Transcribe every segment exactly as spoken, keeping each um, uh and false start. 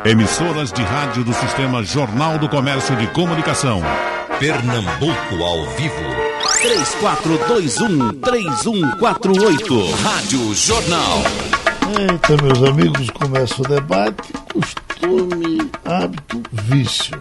Emissoras de rádio do Sistema Jornal do Comércio de Comunicação. Pernambuco ao vivo. três quatro dois um, três um quatro oito. Rádio Jornal. Eita, meus amigos, começa o debate. Costume, hábito, vício.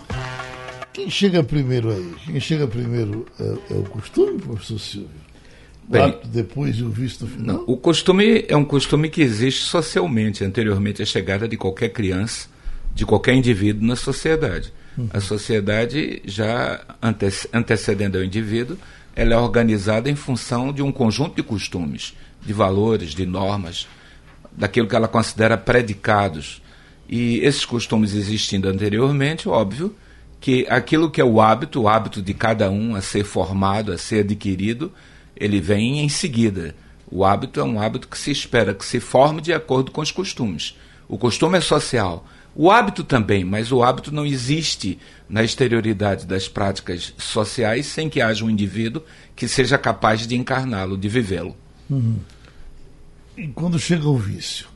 Quem chega primeiro aí? Quem chega primeiro é, é o costume, professor Silvio? O Bem, hábito depois e o vício no final? Não, o costume é um costume que existe socialmente, anteriormente à chegada de qualquer criança, de qualquer indivíduo na sociedade. Uhum. A sociedade, já ante- antecedendo ao indivíduo, ela é organizada em função de um conjunto de costumes, de valores, de normas, daquilo que ela considera predicados. E esses costumes existindo anteriormente, óbvio, que aquilo que é o hábito, o hábito de cada um a ser formado, a ser adquirido, ele vem em seguida. O hábito é um hábito que se espera que se forme de acordo com os costumes. O costume é social. O hábito também, mas o hábito não existe na exterioridade das práticas sociais sem que haja um indivíduo que seja capaz de encarná-lo, de vivê-lo. Uhum. E quando chega o vício?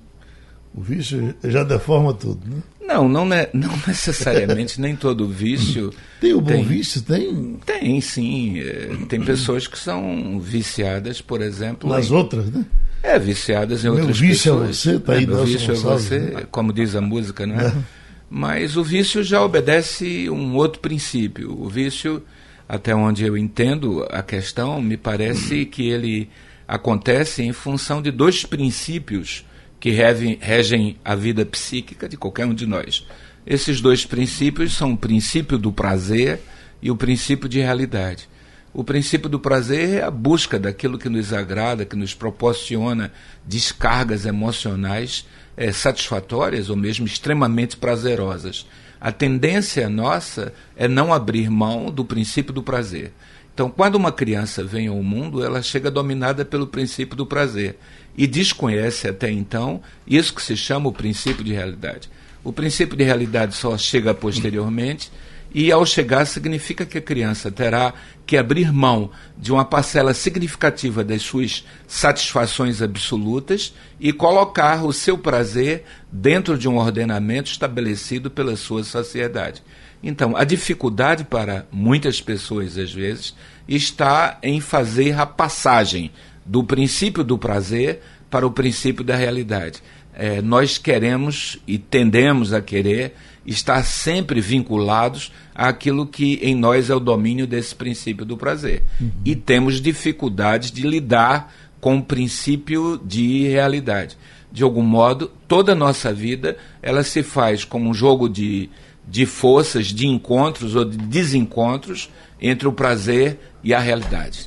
O vício já deforma tudo, né? Não, não, ne- não necessariamente, nem todo vício... Tem o bom tem, vício? Tem? Tem, sim. É, tem pessoas que são viciadas, por exemplo... Nas em, outras, né? É, viciadas em Meu outras vício pessoas. é você, tá aí, é, meu Nelson vício Gonçalves, é você, né? como diz a música, não é? É. Mas o vício já obedece um outro princípio. O vício, até onde eu entendo a questão, me parece que ele acontece em função de dois princípios que regem a vida psíquica de qualquer um de nós. Esses dois princípios são o princípio do prazer e o princípio de realidade. O princípio do prazer é a busca daquilo que nos agrada, que nos proporciona descargas emocionais é, satisfatórias ou mesmo extremamente prazerosas. A tendência nossa é não abrir mão do princípio do prazer. Então, quando uma criança vem ao mundo, ela chega dominada pelo princípio do prazer e desconhece até então isso que se chama o princípio de realidade. O princípio de realidade só chega posteriormente e, ao chegar, significa que a criança terá que abrir mão de uma parcela significativa das suas satisfações absolutas e colocar o seu prazer dentro de um ordenamento estabelecido pela sua sociedade. Então, a dificuldade para muitas pessoas, às vezes, está em fazer a passagem do princípio do prazer para o princípio da realidade. É, nós queremos e tendemos a querer estar sempre vinculados àquilo que em nós é o domínio desse princípio do prazer. Uhum. E temos dificuldades de lidar com o princípio de realidade. De algum modo, toda a nossa vida ela se faz como um jogo de, de forças, de encontros ou de desencontros entre o prazer e a realidade.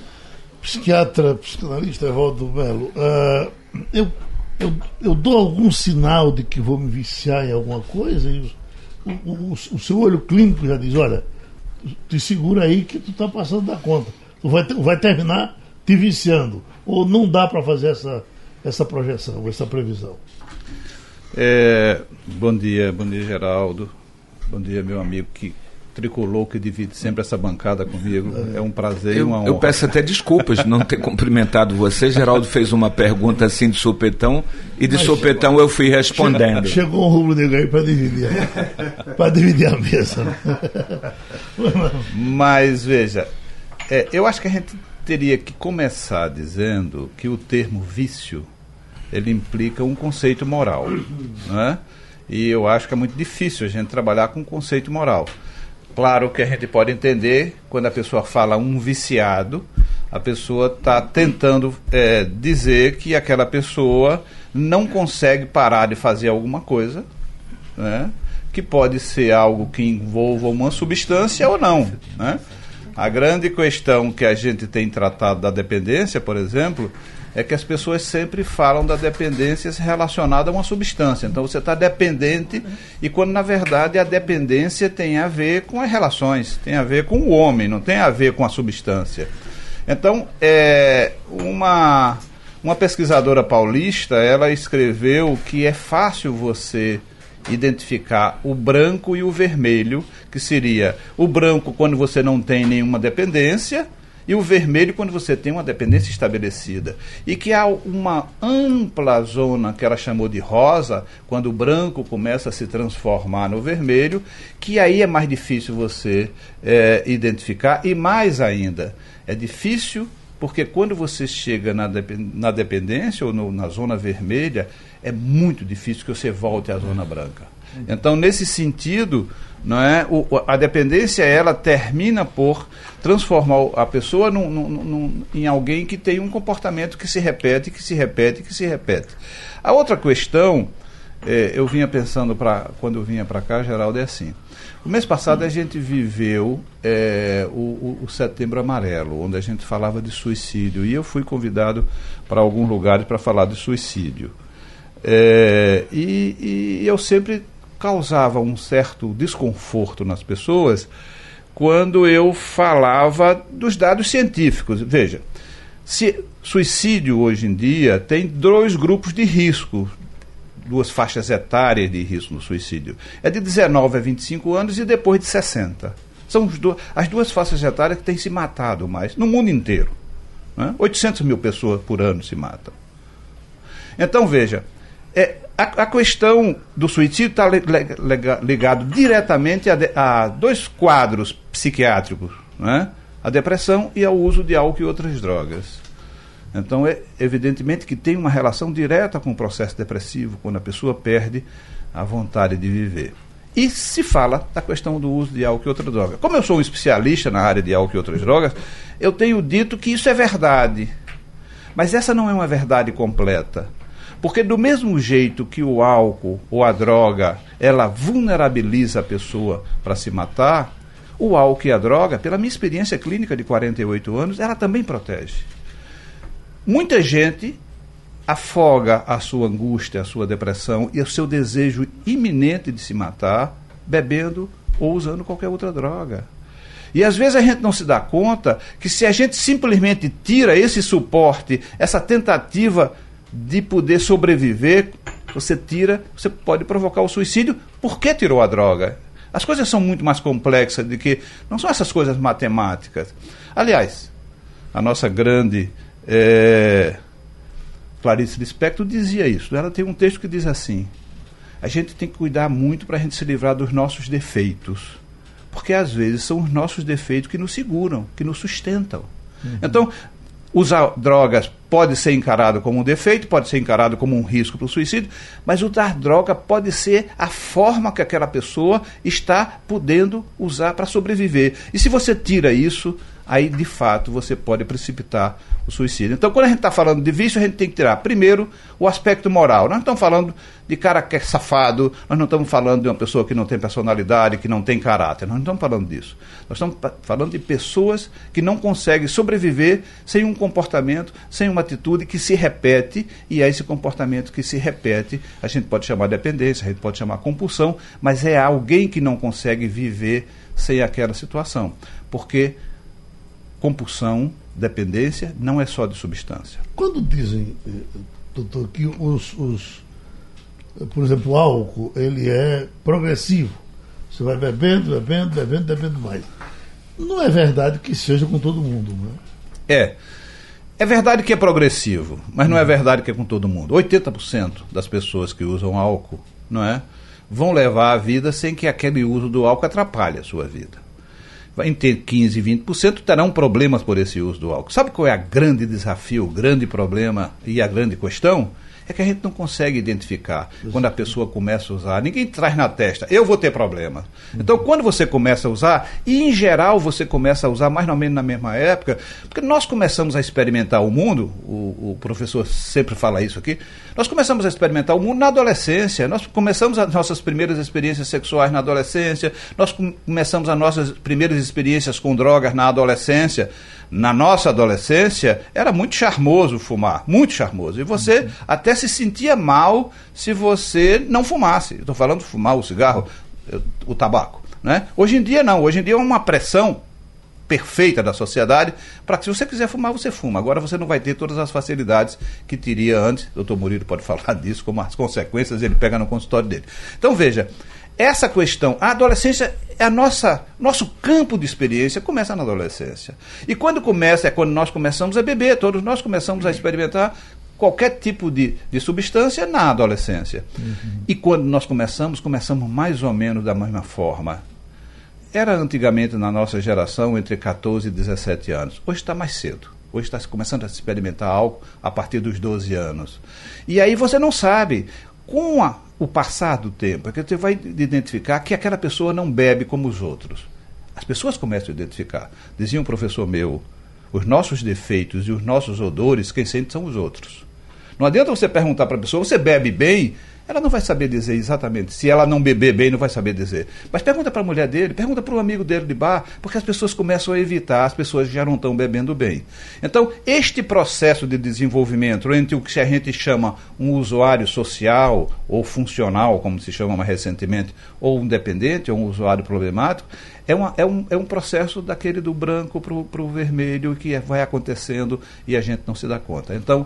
Psiquiatra, psicanalista Evaldo Melo, uh, eu, eu, eu dou algum sinal de que vou me viciar em alguma coisa e o, o, o seu olho clínico já diz, olha, te segura aí que tu está passando da conta, tu vai, vai terminar te viciando, ou não dá para fazer essa, essa projeção, essa previsão? É, bom dia, bom dia Geraldo, bom dia meu amigo que tricolor que divide sempre essa bancada comigo. É um prazer e uma honra. Eu peço até desculpas de não ter cumprimentado você. Geraldo fez uma pergunta assim de supetão e de Mas supetão chegou, eu fui respondendo. Chegou, chegou um rubro-negro aí para dividir, para dividir a mesa. Mas veja, é, eu acho que a gente teria que começar dizendo que o termo vício ele implica um conceito moral, né? E eu acho que é muito difícil a gente trabalhar com um conceito moral. Claro que a gente pode entender, quando a pessoa fala um viciado, a pessoa está tentando é, dizer que aquela pessoa não consegue parar de fazer alguma coisa, né, que pode ser algo que envolva uma substância ou não, né? A grande questão que a gente tem tratado da dependência, por exemplo, é que as pessoas sempre falam da dependência relacionada a uma substância. Então você está dependente, e quando na verdade a dependência tem a ver com as relações, tem a ver com o homem, não tem a ver com a substância. Então, é, uma, uma pesquisadora paulista, ela escreveu que é fácil você identificar o branco e o vermelho, que seria o branco quando você não tem nenhuma dependência, e o vermelho quando você tem uma dependência estabelecida. E que há uma ampla zona que ela chamou de rosa, quando o branco começa a se transformar no vermelho, que aí é mais difícil você é, identificar, e mais ainda, é difícil porque quando você chega na, dep- na dependência ou no, na zona vermelha, é muito difícil que você volte à zona branca. Então, nesse sentido, não é, o, a dependência ela termina por transformar a pessoa num, num, num, em alguém que tem um comportamento que se repete, que se repete, que se repete. A outra questão, é, eu vinha pensando, pra, quando eu vinha para cá, Geraldo, é assim. O mês passado a gente viveu é, o, o, o Setembro Amarelo, onde a gente falava de suicídio, e eu fui convidado para alguns lugares para falar de suicídio. É, e, e eu sempre causava um certo desconforto nas pessoas quando eu falava dos dados científicos. Veja, se, suicídio hoje em dia tem dois grupos de risco, duas faixas etárias de risco no suicídio. É de dezenove a vinte e cinco anos e depois de sessenta. São os do, as duas faixas etárias que têm se matado mais, no mundo inteiro. Né? oitocentas mil pessoas por ano se matam. Então, veja, é, a, a questão do suicídio está li, li, ligado diretamente a, de, a dois quadros psiquiátricos, né? A depressão e ao uso de álcool e outras drogas. Então, é evidentemente que tem uma relação direta com o processo depressivo, quando a pessoa perde a vontade de viver. E se fala da questão do uso de álcool e outra droga. Como eu sou um especialista na área de álcool e outras drogas, eu tenho dito que isso é verdade. Mas essa não é uma verdade completa. Porque do mesmo jeito que o álcool ou a droga, ela vulnerabiliza a pessoa para se matar, o álcool e a droga, pela minha experiência clínica de quarenta e oito anos, ela também protege. Muita gente afoga a sua angústia, a sua depressão e o seu desejo iminente de se matar bebendo ou usando qualquer outra droga. E às vezes a gente não se dá conta que se a gente simplesmente tira esse suporte, essa tentativa de poder sobreviver, você tira, você pode provocar o suicídio porque tirou a droga. As coisas são muito mais complexas do que... Não são essas coisas matemáticas. Aliás, a nossa grande... É, Clarice Lispector dizia isso. Ela tem um texto que diz assim: a gente tem que cuidar muito para a gente se livrar dos nossos defeitos, porque às vezes são os nossos defeitos que nos seguram, que nos sustentam. Uhum. Então, usar drogas pode ser encarado como um defeito, pode ser encarado como um risco para o suicídio, mas usar droga pode ser a forma que aquela pessoa está podendo usar para sobreviver. E se você tira isso, aí de fato você pode precipitar o suicídio. Então, quando a gente está falando de vício, a gente tem que tirar primeiro o aspecto moral. Nós não estamos falando de cara que é safado, nós não estamos falando de uma pessoa que não tem personalidade, que não tem caráter, nós não estamos falando disso. Nós estamos falando de pessoas que não conseguem sobreviver sem um comportamento, sem uma atitude que se repete, e é esse comportamento que se repete, a gente pode chamar de dependência, a gente pode chamar de compulsão, mas é alguém que não consegue viver sem aquela situação. Porque compulsão, dependência, não é só de substância. Quando dizem, doutor, que os, os por exemplo, o álcool, ele é progressivo, você vai bebendo, bebendo, bebendo, bebendo mais. Não é verdade que seja com todo mundo, não é? É. É verdade que é progressivo, mas não é verdade que é com todo mundo. oitenta por cento das pessoas que usam álcool, não é, vão levar a vida sem que aquele uso do álcool atrapalhe a sua vida. Vai ter quinze, vinte por cento terão problemas por esse uso do álcool. Sabe qual é o grande desafio, o grande problema e a grande questão? É que a gente não consegue identificar quando a pessoa começa a usar. Ninguém traz na testa, eu vou ter problema. Então, quando você começa a usar, e em geral você começa a usar mais ou menos na mesma época, porque nós começamos a experimentar o mundo, o, o professor sempre fala isso aqui, nós começamos a experimentar o mundo na adolescência, nós começamos as nossas primeiras experiências sexuais na adolescência, nós com, começamos as nossas primeiras experiências com drogas na adolescência. Na nossa adolescência, era muito charmoso fumar, muito charmoso. E você uhum. até se sentia mal se você não fumasse. Estou falando de fumar o cigarro, o tabaco. Né? Hoje em dia não, hoje em dia é uma pressão perfeita da sociedade para que se você quiser fumar, você fuma. Agora você não vai ter todas as facilidades que teria antes. O doutor Murilo pode falar disso, como as consequências ele pega no consultório dele. Então veja, essa questão, a adolescência é a nossa, nosso campo de experiência começa na adolescência. E quando começa, é quando nós começamos a beber, todos nós começamos a experimentar qualquer tipo de, de substância na adolescência. Uhum. E quando nós começamos, começamos mais ou menos da mesma forma. Era antigamente, na nossa geração, entre catorze e dezessete anos. Hoje está mais cedo. Hoje está começando a experimentar algo a partir dos doze anos. E aí você não sabe, com a, o passar do tempo, é que você vai identificar que aquela pessoa não bebe como os outros. As pessoas começam a identificar. Dizia um professor meu, os nossos defeitos e os nossos odores, quem sente são os outros. Não adianta você perguntar para a pessoa, você bebe bem? Ela não vai saber dizer exatamente. Se ela não beber bem, não vai saber dizer. Mas pergunta para a mulher dele, pergunta para o amigo dele de bar, porque as pessoas começam a evitar, as pessoas já não estão bebendo bem. Então, este processo de desenvolvimento entre o que a gente chama um usuário social ou funcional, como se chama mais recentemente, ou um dependente, ou um usuário problemático, é, uma, é, um, é um processo daquele do branco para o vermelho que vai acontecendo e a gente não se dá conta. Então,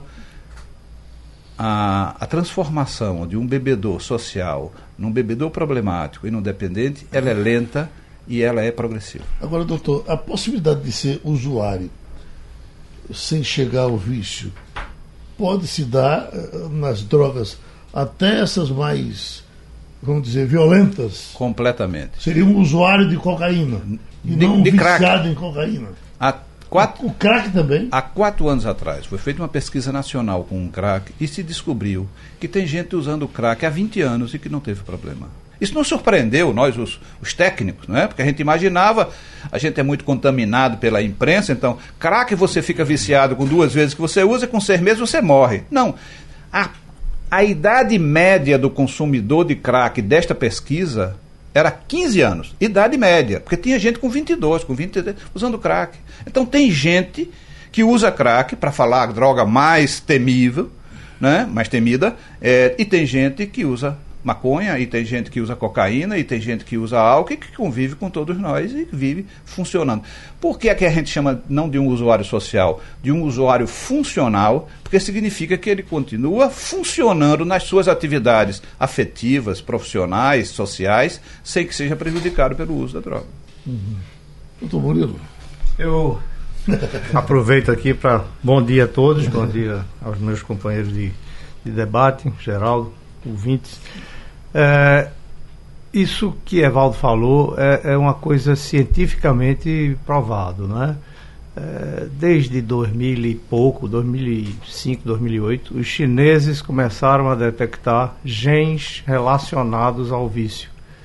A, a transformação de um bebedor social num bebedor problemático e num dependente, ela é lenta e ela é progressiva. Agora, doutor, a possibilidade de ser usuário sem chegar ao vício pode se dar nas drogas, até essas mais, vamos dizer, violentas? Completamente. Seria um usuário de cocaína e de, não um de viciado crack. em cocaína. A Quatro, o crack também? Há quatro anos atrás foi feita uma pesquisa nacional com um crack e se descobriu que tem gente usando crack há vinte anos e que não teve problema. Isso não surpreendeu nós, os, os técnicos, não é? Porque a gente imaginava, a gente é muito contaminado pela imprensa, então crack você fica viciado com duas vezes que você usa, com seis meses você morre. Não. A, a idade média do consumidor de crack desta pesquisa era quinze anos, idade média, porque tinha gente com vinte e dois, com vinte e três, usando crack. Então tem gente que usa crack, para falar a droga mais temível, né, mais temida, é, e tem gente que usa maconha, e tem gente que usa cocaína, e tem gente que usa álcool, e que convive com todos nós e vive funcionando. Por que é que a gente chama não de um usuário social, de um usuário funcional? Porque significa que ele continua funcionando nas suas atividades afetivas, profissionais, sociais, sem que seja prejudicado pelo uso da droga. Uhum. Doutor Murilo. Eu aproveito aqui para... Bom dia a todos, bom dia aos meus companheiros de, de debate, Geraldo, ouvintes. É, isso que Evaldo falou é, é uma coisa cientificamente provado, né? É, desde dois mil e pouco, dois mil e cinco, dois mil e oito, os chineses começaram a detectar genes relacionados ao vício.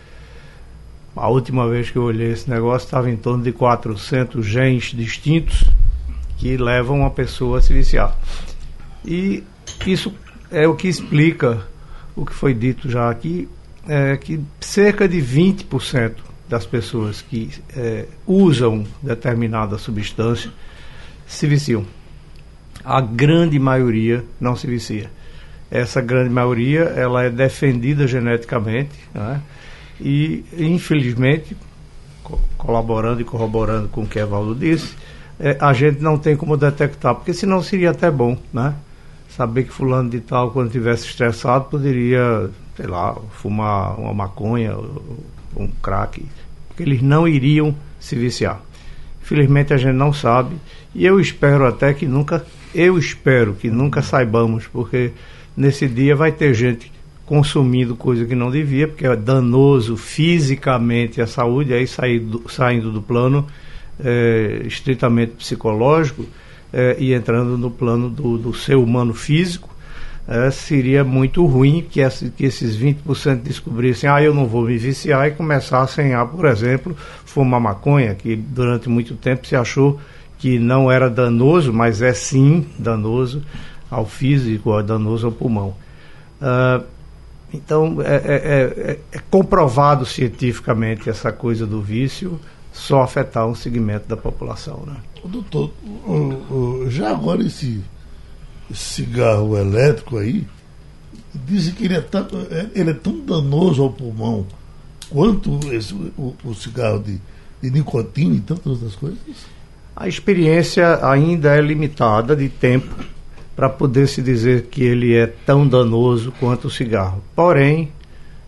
A última vez que eu olhei esse negócio estava em torno de quatrocentos genes distintos que levam uma pessoa a se viciar. E isso é o que explica o que foi dito já aqui, é que cerca de vinte por cento das pessoas que é, usam determinada substância se viciam. A grande maioria não se vicia. Essa grande maioria ela é defendida geneticamente, né? E infelizmente, co- colaborando e corroborando com o que Evaldo disse, é, a gente não tem como detectar, porque senão seria até bom, né? Saber que fulano de tal, quando estivesse estressado, poderia, sei lá, fumar uma maconha, um crack, porque eles não iriam se viciar. Infelizmente a gente não sabe, e eu espero até que nunca, eu espero que nunca saibamos, porque nesse dia vai ter gente consumindo coisa que não devia, porque é danoso fisicamente à saúde, aí saindo, saindo do plano é, estritamente psicológico, É, e entrando no plano do, do ser humano físico, é, seria muito ruim que, esse, que esses vinte por cento descobrissem, ah, eu não vou me viciar, e começassem a, por exemplo, fumar maconha, que durante muito tempo se achou que não era danoso, mas é sim danoso ao físico, é danoso ao pulmão. Uh, então, é, é, é, é comprovado cientificamente essa coisa do vício só afetar um segmento da população, né? Doutor, o, o, já agora esse, esse cigarro elétrico aí, dizem que ele é, tão, ele é tão danoso ao pulmão quanto esse, o, o cigarro de, de nicotina e tantas outras coisas? A experiência ainda é limitada de tempo para poder se dizer que ele é tão danoso quanto o cigarro. Porém,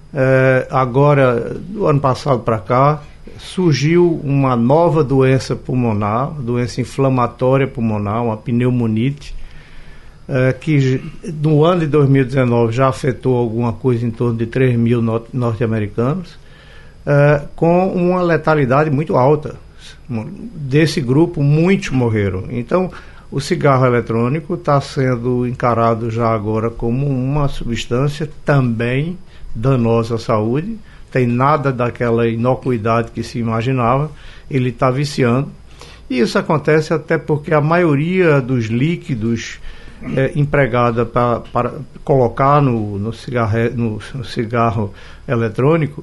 É, agora, do ano passado para cá, surgiu uma nova doença pulmonar, doença inflamatória pulmonar, uma pneumonite, é, que no ano de dois mil e dezenove já afetou alguma coisa em torno de três mil norte-americanos, é, com uma letalidade muito alta. Desse grupo, muitos morreram. Então, o cigarro eletrônico está sendo encarado já agora como uma substância também danosa à saúde. Tem nada daquela inocuidade que se imaginava. Ele está viciando. E isso acontece até porque a maioria dos líquidos é, empregada pra, para colocar no, no, cigarro, no, no cigarro eletrônico,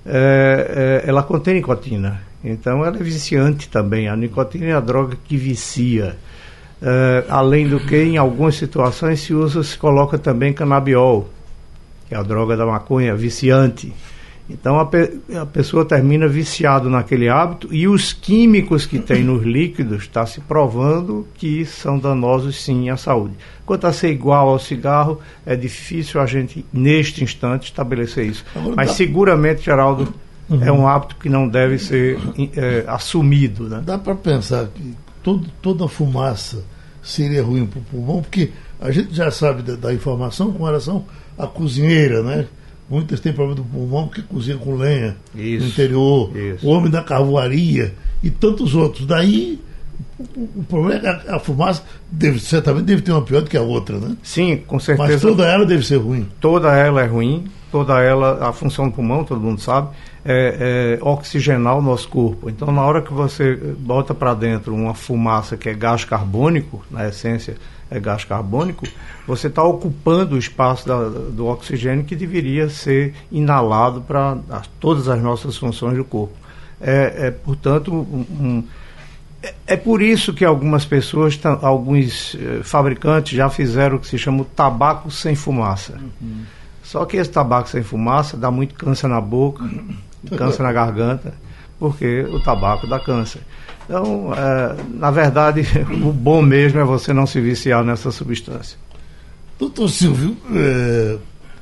é, é, ela contém nicotina. Então ela é viciante também. A nicotina é a droga que vicia. Uh, além do que, em algumas situações se usa, se coloca também canabiol, que é a droga da maconha, viciante. Então a, pe a pessoa termina viciado naquele hábito, e os químicos que tem nos líquidos está se provando que são danosos sim à saúde. Quanto a ser igual ao cigarro, é difícil a gente neste instante estabelecer isso. Mas seguramente, Geraldo, uhum. é um hábito que não deve ser é, assumido, né? Dá para pensar que todo, toda fumaça seria ruim para o pulmão, porque a gente já sabe da, da informação com relação à cozinheira, né? Muitas têm problema do pulmão porque cozinha com lenha isso, no interior, isso. O homem da carvoaria e tantos outros. Daí o, o problema é que a, a fumaça deve, certamente deve ter uma pior do que a outra, né? Sim, com certeza. Mas toda ela deve ser ruim. Toda ela é ruim, toda ela, a função do pulmão, todo mundo sabe, é, é oxigenar o nosso corpo. Então, na hora que você bota para dentro uma fumaça que é gás carbônico, na essência é gás carbônico, você está ocupando o espaço da, do oxigênio que deveria ser inalado para todas as nossas funções do corpo. É, é portanto, um, um, é, é por isso que algumas pessoas, alguns eh, fabricantes já fizeram o que se chama o tabaco sem fumaça. Uhum. Só que esse tabaco sem fumaça dá muito câncer na boca, câncer na garganta, porque o tabaco dá câncer. Então, é, na verdade, o bom mesmo é você não se viciar nessa substância. Doutor Silvio, é,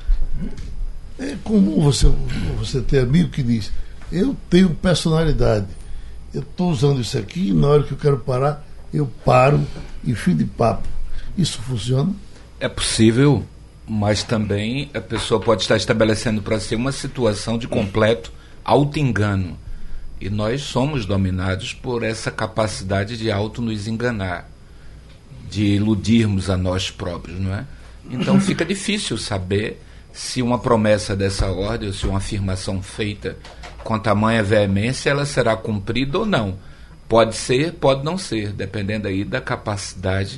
é comum você, você ter amigo que diz: eu tenho personalidade, eu estou usando isso aqui e na hora que eu quero parar, eu paro e fim de papo. Isso funciona? É possível, mas também a pessoa pode estar estabelecendo para si uma situação de completo auto-engano. E nós somos dominados por essa capacidade de auto nos enganar, de iludirmos a nós próprios, não é? Então fica difícil saber se uma promessa dessa ordem, ou se uma afirmação feita com tamanha veemência, ela será cumprida ou não. Pode ser, pode não ser, dependendo aí da capacidade,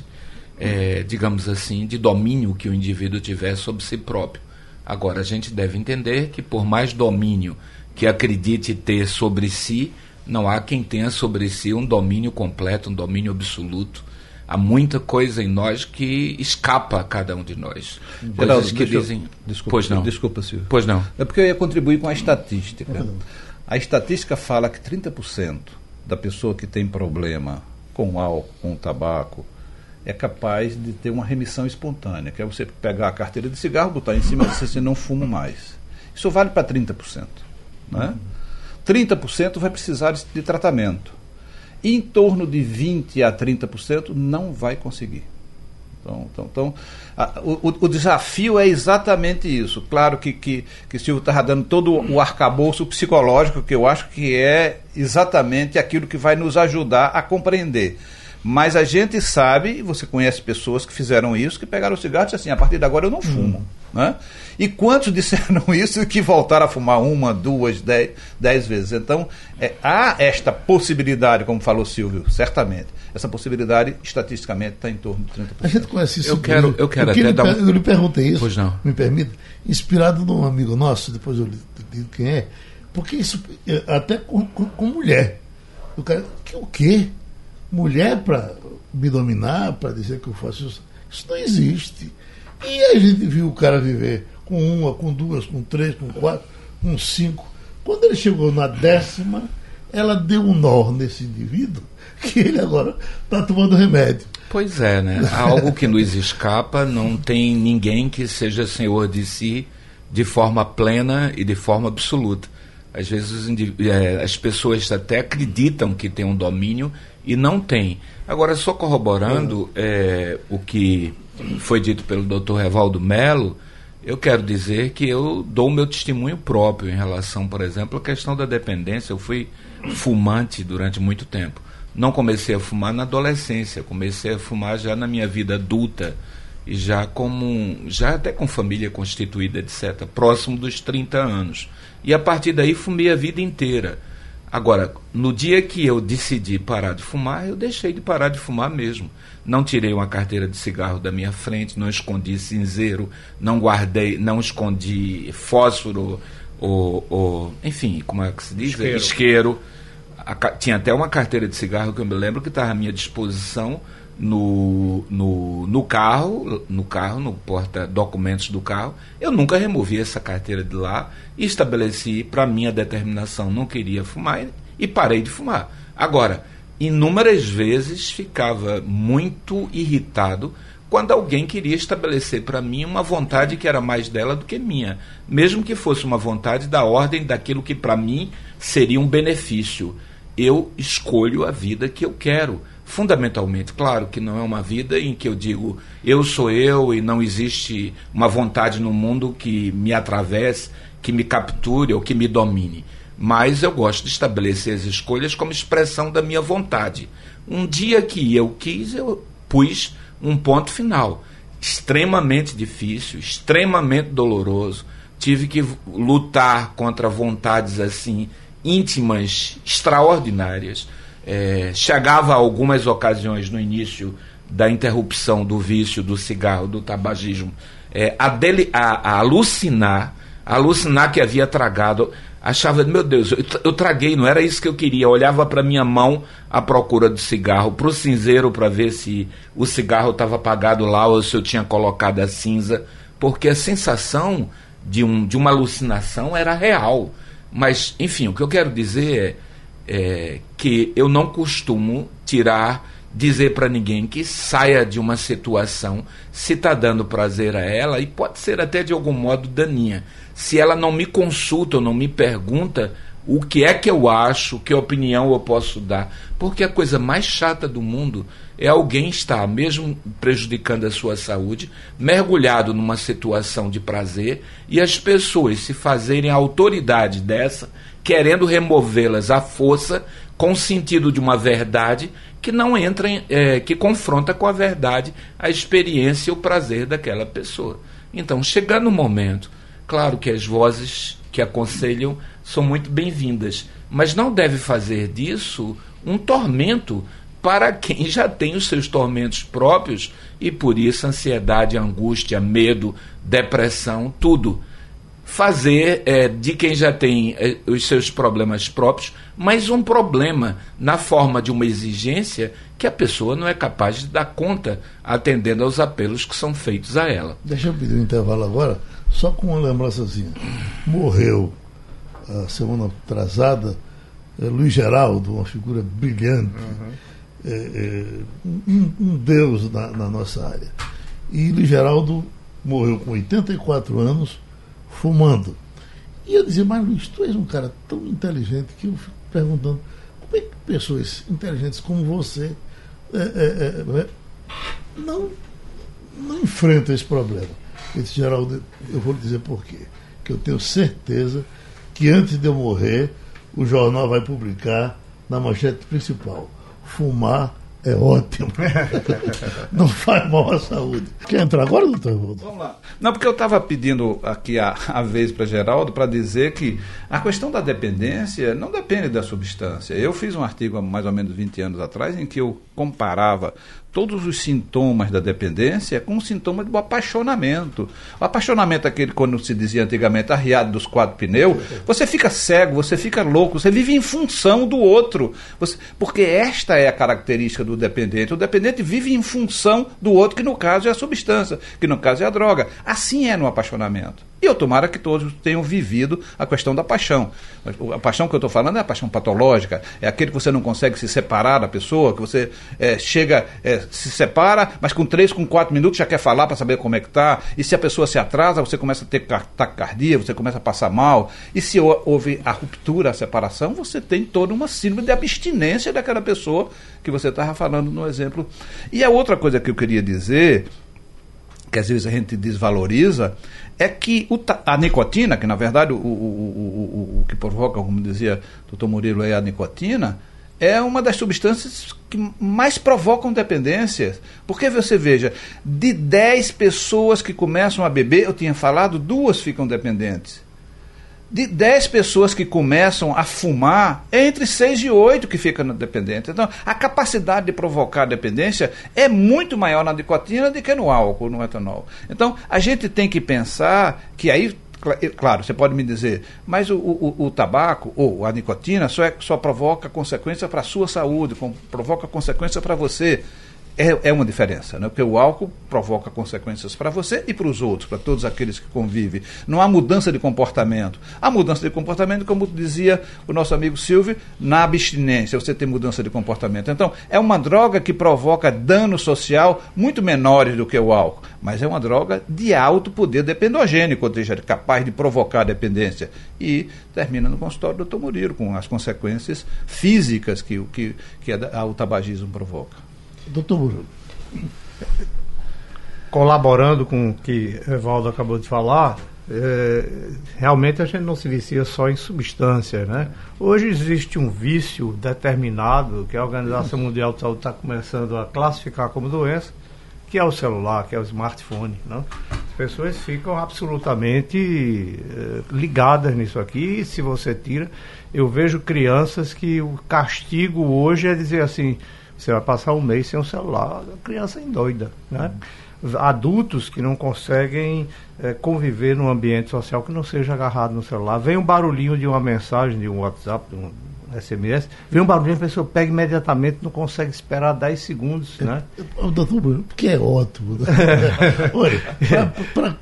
é, digamos assim, de domínio que o indivíduo tiver sobre si próprio. Agora, a gente deve entender que por mais domínio que acredite ter sobre si, não há quem tenha sobre si um domínio completo, um domínio absoluto. Há muita coisa em nós que escapa a cada um de nós. Geraldo, Coisas que dizem... Eu, desculpa, pois não. Desculpa, Silvio. Pois não. É porque eu ia contribuir com a estatística. A estatística fala que trinta por cento da pessoa que tem problema com álcool, com tabaco, é capaz de ter uma remissão espontânea, que é você pegar a carteira de cigarro, botar em cima e dizer assim, não fumo mais. Isso vale para trinta por cento. Né? trinta por cento vai precisar de, de tratamento. E em torno de vinte a trinta por cento não vai conseguir. Então, então, então a, o, o desafio é exatamente isso. Claro que, que, que o Silvio está dando todo o arcabouço psicológico, que eu acho que é exatamente aquilo que vai nos ajudar a compreender. Mas a gente sabe, você conhece pessoas que fizeram isso, que pegaram o cigarro e disseram assim, a partir de agora eu não fumo. Hum. Né? E quantos disseram isso e que voltaram a fumar uma, duas, dez, dez vezes? Então, é, há esta possibilidade, como falou Silvio, certamente. Essa possibilidade, estatisticamente, está em torno de trinta por cento. A gente conhece isso. Eu quero, eu quero eu até dar um... Eu lhe perguntei isso, pois não. Me permita, inspirado num amigo nosso, depois eu lhe digo quem é, porque isso, até com, com, com mulher. O cara, que, o quê? Mulher para me dominar, para dizer que eu faço isso, isso não existe. E a gente viu o cara viver com uma, com duas, com três, com quatro, com cinco. Quando ele chegou na décima, ela deu um nó nesse indivíduo que ele agora está tomando remédio. Pois é, né? Há algo que nos escapa, não tem ninguém que seja senhor de si de forma plena e de forma absoluta. Às vezes os indiv- é, as pessoas até acreditam que tem um domínio e não tem. Agora, só corroborando é, o que foi dito pelo doutor Revaldo Melo, eu quero dizer que eu dou o meu testemunho próprio em relação, por exemplo, à questão da dependência. Eu fui fumante durante muito tempo. Não comecei a fumar na adolescência, comecei a fumar já na minha vida adulta, e já como já até com família constituída, etcétera, próximo dos trinta anos. E a partir daí fumei a vida inteira. Agora, no dia que eu decidi parar de fumar, eu deixei de parar de fumar mesmo. Não tirei uma carteira de cigarro da minha frente, não escondi cinzeiro, não guardei, não escondi fósforo, ou, ou enfim, como é que se diz? Isqueiro. Isqueiro. A, tinha até uma carteira de cigarro que eu me lembro que estava à minha disposição no, no, no carro, no carro, no porta-documentos do carro. Eu nunca removi essa carteira de lá e estabeleci para mim a determinação, não queria fumar e, e parei de fumar. Agora, inúmeras vezes ficava muito irritado quando alguém queria estabelecer para mim uma vontade que era mais dela do que minha, mesmo que fosse uma vontade da ordem daquilo que para mim seria um benefício. Eu escolho a vida que eu quero, fundamentalmente. Claro que não é uma vida em que eu digo eu sou eu e não existe uma vontade no mundo que me atravesse, que me capture ou que me domine, mas eu gosto de estabelecer as escolhas como expressão da minha vontade. Um dia que eu quis, eu pus um ponto final, extremamente difícil, extremamente doloroso. Tive que lutar contra vontades assim íntimas, extraordinárias. É, chegava a algumas ocasiões no início da interrupção do vício do cigarro, do tabagismo, é, a, dele, a, a alucinar, a alucinar que havia tragado. Achava, meu Deus, eu, eu traguei, não era isso que eu queria. Eu olhava para minha mão à procura do cigarro, para o cinzeiro para ver se o cigarro estava apagado lá ou se eu tinha colocado a cinza, porque a sensação de, um, de uma alucinação era real. Mas, enfim, o que eu quero dizer é, é que eu não costumo tirar, dizer para ninguém que saia de uma situação se está dando prazer a ela, e pode ser até de algum modo daninha. Se ela não me consulta ou não me pergunta o que é que eu acho, que opinião eu posso dar, porque a coisa mais chata do mundo é alguém estar, mesmo prejudicando a sua saúde, mergulhado numa situação de prazer, e as pessoas se fazerem a autoridade dessa, querendo removê-las à força, com o sentido de uma verdade que não entra em, é, que confronta com a verdade a experiência e o prazer daquela pessoa. Então, chegando no momento, claro que as vozes que aconselham são muito bem-vindas, mas não deve fazer disso um tormento para quem já tem os seus tormentos próprios, e por isso ansiedade, angústia, medo, depressão, tudo. Fazer é, de quem já tem é, os seus problemas próprios, mas um problema na forma de uma exigência que a pessoa não é capaz de dar conta, atendendo aos apelos que são feitos a ela. Deixa eu pedir um intervalo agora, só com uma lembrançazinha. Morreu a semana atrasada é, Luiz Geraldo, uma figura brilhante, uhum. é, é, um, um deus na, na nossa área. E Luiz Geraldo morreu com oitenta e quatro anos, fumando. E eu dizia, mas Luiz, tu és um cara tão inteligente que eu fico perguntando, como é que pessoas inteligentes como você é, é, é, não, não enfrentam esse problema? Eu disse, Geraldo, eu vou lhe dizer por quê. Que eu tenho certeza que antes de eu morrer, o jornal vai publicar na manchete principal: fumar é ótimo. Não faz mal à saúde. Quer entrar agora, doutor? Vamos lá. Não, porque eu estava pedindo aqui a, a vez para Geraldo para dizer que a questão da dependência não depende da substância. Eu fiz um artigo há mais ou menos vinte anos atrás em que eu comparava todos os sintomas da dependência com o sintoma do apaixonamento. O apaixonamento é aquele, quando se dizia antigamente, arriado dos quatro pneus. Você fica cego, você fica louco, você vive em função do outro. Você, porque esta é a característica do dependente. O dependente vive em função do outro, que no caso é a substância, que no caso é a droga. Assim é no apaixonamento. E eu tomara que todos tenham vivido a questão da paixão. A paixão que eu estou falando é a paixão patológica, é aquele que você não consegue se separar da pessoa, que você é, chega, é, se separa, mas com três, com quatro minutos já quer falar para saber como é que está. E se a pessoa se atrasa, você começa a ter taquicardia, você começa a passar mal. E se houve a ruptura, a separação, você tem toda uma síndrome de abstinência daquela pessoa que você estava falando no exemplo. E a outra coisa que eu queria dizer, que às vezes a gente desvaloriza, é que o, a nicotina, que na verdade o, o, o, o, o que provoca, como dizia o doutor Murilo, é a nicotina, é uma das substâncias que mais provocam dependências. Porque você veja, de dez pessoas que começam a beber, eu tinha falado, duas ficam dependentes. De dez pessoas que começam a fumar, é entre seis e oito que ficam dependentes. Então, a capacidade de provocar dependência é muito maior na nicotina do que no álcool, no etanol. Então, a gente tem que pensar que aí, claro, você pode me dizer, mas o, o, o tabaco ou a nicotina só, é, só provoca consequência para a sua saúde, com, provoca consequência para você. É, é uma diferença, né? Porque o álcool provoca consequências para você e para os outros, para todos aqueles que convivem. Não há mudança de comportamento. Há mudança de comportamento, como dizia o nosso amigo Silvio, na abstinência, você tem mudança de comportamento. Então, é uma droga que provoca dano social muito menores do que o álcool, mas é uma droga de alto poder dependogênico, ou seja, capaz de provocar dependência. E termina no consultório do doutor Murilo, com as consequências físicas que, que, que a, o tabagismo provoca. Doutor Murilo. Colaborando com o que Evaldo acabou de falar, é, realmente a gente não se vicia só em substâncias, né? Hoje existe um vício determinado que a Organização Mundial de Saúde está começando a classificar como doença, que é o celular, que é o smartphone, né? As pessoas ficam absolutamente é, ligadas nisso aqui, e se você tira, eu vejo crianças que o castigo hoje é dizer assim, você vai passar um mês sem o celular, a criança endoida, né? Uhum. Adultos que não conseguem é, conviver num ambiente social que não seja agarrado no celular. Vem um barulhinho de uma mensagem, de um WhatsApp, de um S M S, vem um barulhinho, a pessoa pega imediatamente, não consegue esperar dez segundos, né? Doutor Bruno, porque é ótimo. Olha, pra, pra,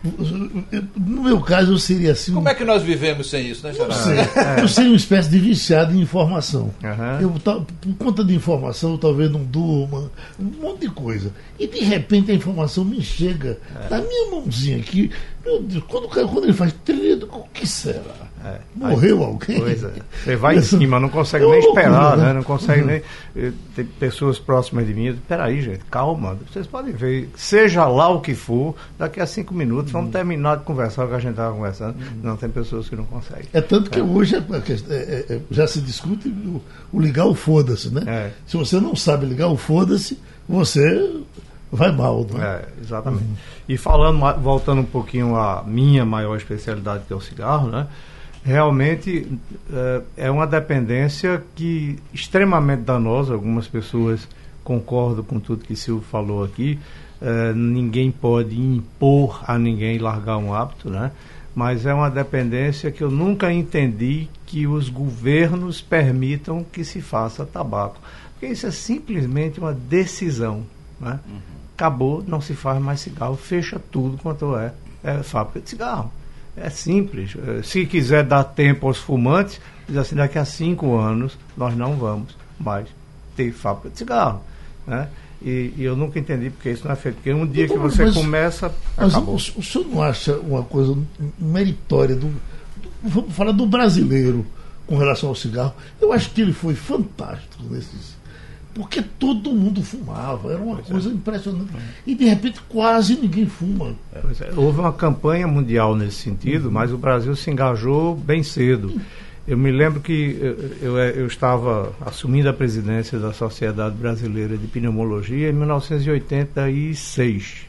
no meu caso eu seria assim... Como é que nós vivemos sem isso, né, Geraldo? É. Eu seria uma espécie de viciado em informação. Uhum. Eu, por conta de informação, eu talvez não durma, um monte de coisa. E de repente a informação me chega é. na minha mãozinha aqui. Meu Deus, quando, quando ele faz trilha, o que será? É. Morreu aí, alguém? Pois é. Você vai em cima, não consegue é nem loucura, esperar, né? Não consegue uhum. nem... Tem pessoas próximas de mim, peraí, gente, calma. Vocês podem ver, seja lá o que for, daqui a cinco minutos, uhum. vamos terminar de conversar o que a gente estava conversando. Uhum. Não, tem pessoas que não conseguem. É tanto que é. hoje é, é, é, já se discute o, o ligar o foda-se, né? É. Se você não sabe ligar o foda-se, você... vai mal, não é? É, exatamente. Uhum. E falando, voltando um pouquinho à minha maior especialidade, que é o cigarro, né? Realmente é, é uma dependência que extremamente danosa. Algumas pessoas concordam com tudo que Silvio falou aqui. É, ninguém pode impor a ninguém largar um hábito, né? Mas é uma dependência que eu nunca entendi que os governos permitam que se faça tabaco. Porque isso é simplesmente uma decisão, né? Uhum. Acabou, não se faz mais cigarro, fecha tudo quanto é, é fábrica de cigarro. É simples. Se quiser dar tempo aos fumantes, diz assim, daqui a cinco anos nós não vamos mais ter fábrica de cigarro, né? E, e eu nunca entendi porque isso não é feito. Porque um dia que você mas, começa, mas acabou. O, o senhor não acha uma coisa meritória do, do... Vamos falar do brasileiro com relação ao cigarro. Eu acho que ele foi fantástico nesses... Porque todo mundo fumava, era uma pois coisa é. impressionante. E de repente quase ninguém fuma. É. Houve uma campanha mundial nesse sentido, uhum. mas o Brasil se engajou bem cedo. Eu me lembro que eu, eu, eu estava assumindo a presidência da Sociedade Brasileira de Pneumologia em mil novecentos e oitenta e seis.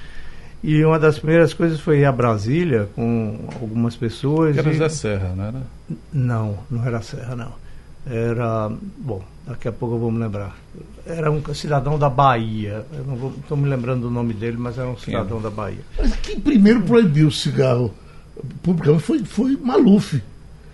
E uma das primeiras coisas foi ir a Brasília com algumas pessoas. Era e... Zé Serra, não era? Não, não era Serra, não. Era, bom, daqui a pouco eu vou me lembrar. Era um cidadão da Bahia. Eu não estou me lembrando do nome dele, mas era um cidadão Quem? da Bahia. Mas quem primeiro proibiu o cigarro publicamente foi, foi Maluf.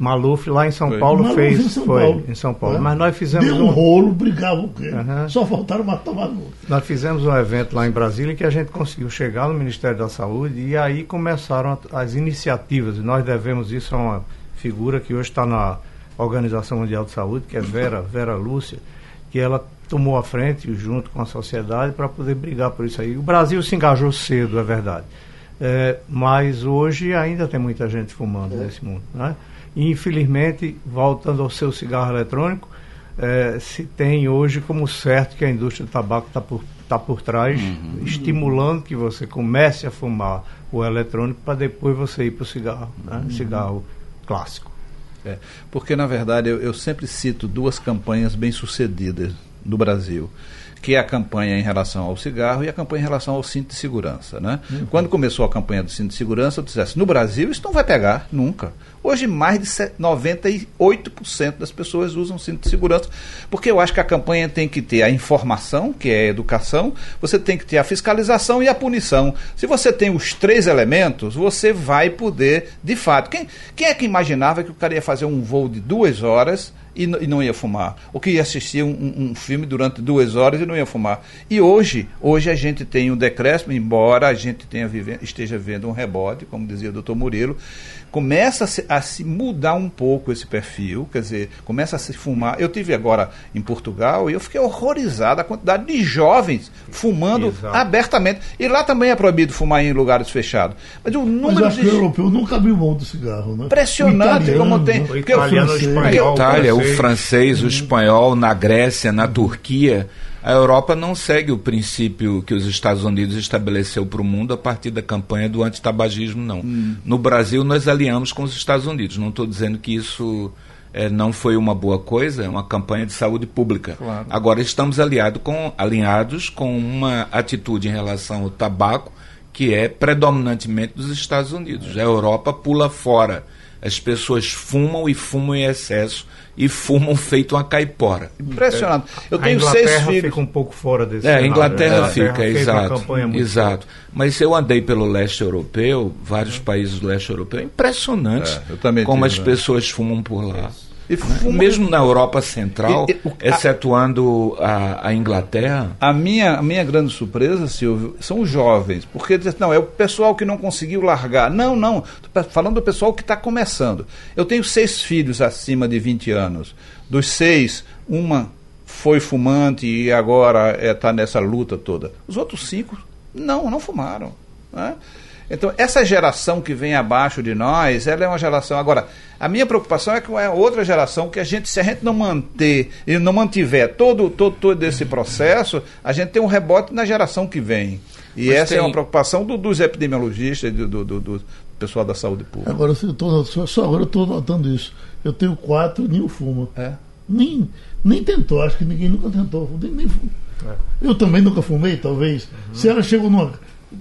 Maluf lá em São Foi. Paulo Maluf fez, em São foi Paulo. em São Paulo. É. Mas nós fizemos Deu um rolo, brigava o quê? Uhum. Só faltaram matar Maluf. Nós fizemos um evento lá em Brasília que a gente conseguiu chegar no Ministério da Saúde e aí começaram as iniciativas. E nós devemos isso a uma figura que hoje está na Organização Mundial de Saúde, que é Vera, Vera Lúcia, que ela tomou a frente junto com a sociedade para poder brigar por isso aí. O Brasil se engajou cedo, é verdade. É, mas hoje ainda tem muita gente fumando é. nesse mundo, né? E infelizmente, voltando ao seu cigarro eletrônico, é, se tem hoje como certo que a indústria do tabaco está por, tá por trás, uhum. estimulando que você comece a fumar o eletrônico para depois você ir para o cigarro, né? Uhum. Cigarro clássico. É, porque, na verdade, eu, eu sempre cito duas campanhas bem-sucedidas no Brasil, que é a campanha em relação ao cigarro e a campanha em relação ao cinto de segurança, né? Uhum. Quando começou a campanha do cinto de segurança, eu dissesse, no Brasil isso não vai pegar, nunca. Hoje mais de noventa e oito por cento das pessoas usam cinto de segurança, porque eu acho que a campanha tem que ter a informação, que é a educação, você tem que ter a fiscalização e a punição. Se você tem os três elementos, você vai poder, de fato, quem, quem é que imaginava que o cara ia fazer um voo de duas horas E, e não ia fumar, ou que ia assistir um, um filme durante duas horas e não ia fumar. E hoje, hoje a gente tem um decréscimo, embora a gente tenha vive, esteja vendo um rebote, como dizia o doutor Murilo, começa a se, a se mudar um pouco esse perfil, quer dizer, começa a se fumar. Eu tive agora em Portugal e eu fiquei horrorizado a quantidade de jovens fumando Exato. abertamente. E lá também é proibido fumar em lugares fechados. Mas o número Mas eu acho de... que o europeu nunca abriu mão do cigarro, né? Impressionante como tem... O italiano, o espanhol, a Itália, o francês, francês, o espanhol, na Grécia, na Turquia, a Europa não segue o princípio que os Estados Unidos estabeleceu para o mundo a partir da campanha do antitabagismo, não. Hum. No Brasil, nós aliamos com os Estados Unidos. Não estou dizendo que isso é, não foi uma boa coisa, é uma campanha de saúde pública. Claro. Agora, estamos aliado com, alinhados com uma atitude em relação ao tabaco que é predominantemente dos Estados Unidos. A Europa pula fora. As pessoas fumam e fumam em excesso e fumam feito uma caipora. Impressionante. Eu tenho a Inglaterra seis filhos. fica um pouco fora desse É, a cenário. Inglaterra, A Inglaterra fica, fez exato. uma campanha muito exato. forte. Mas eu andei pelo leste europeu, vários uhum. países do leste europeu, é impressionante é, eu também como tive, as né? pessoas fumam por lá. E fuma... Mesmo na Europa Central, e, e, o, excetuando a, a Inglaterra. A minha, a minha grande surpresa, Silvio, são os jovens, porque não, é o pessoal que não conseguiu largar. Não, não, estou falando do pessoal que está começando. Eu tenho seis filhos acima de vinte anos. Dos seis, uma foi fumante e agora está é, nessa luta toda. Os outros cinco, não, não fumaram, né? Então, essa geração que vem abaixo de nós, ela é uma geração... Agora, a minha preocupação é que é outra geração que a gente, se a gente não manter, e não mantiver todo, todo, todo esse processo, a gente tem um rebote na geração que vem. E Mas essa tem... é uma preocupação do, dos epidemiologistas, do, do, do, do pessoal da saúde pública. Agora, eu tô, só, só agora eu estou notando isso. Eu tenho quatro, nenhum fuma. É. Nem, nem tentou, acho que ninguém nunca tentou. Nem, nem é. Eu também nunca fumei, talvez. Uhum. Se ela chegou numa...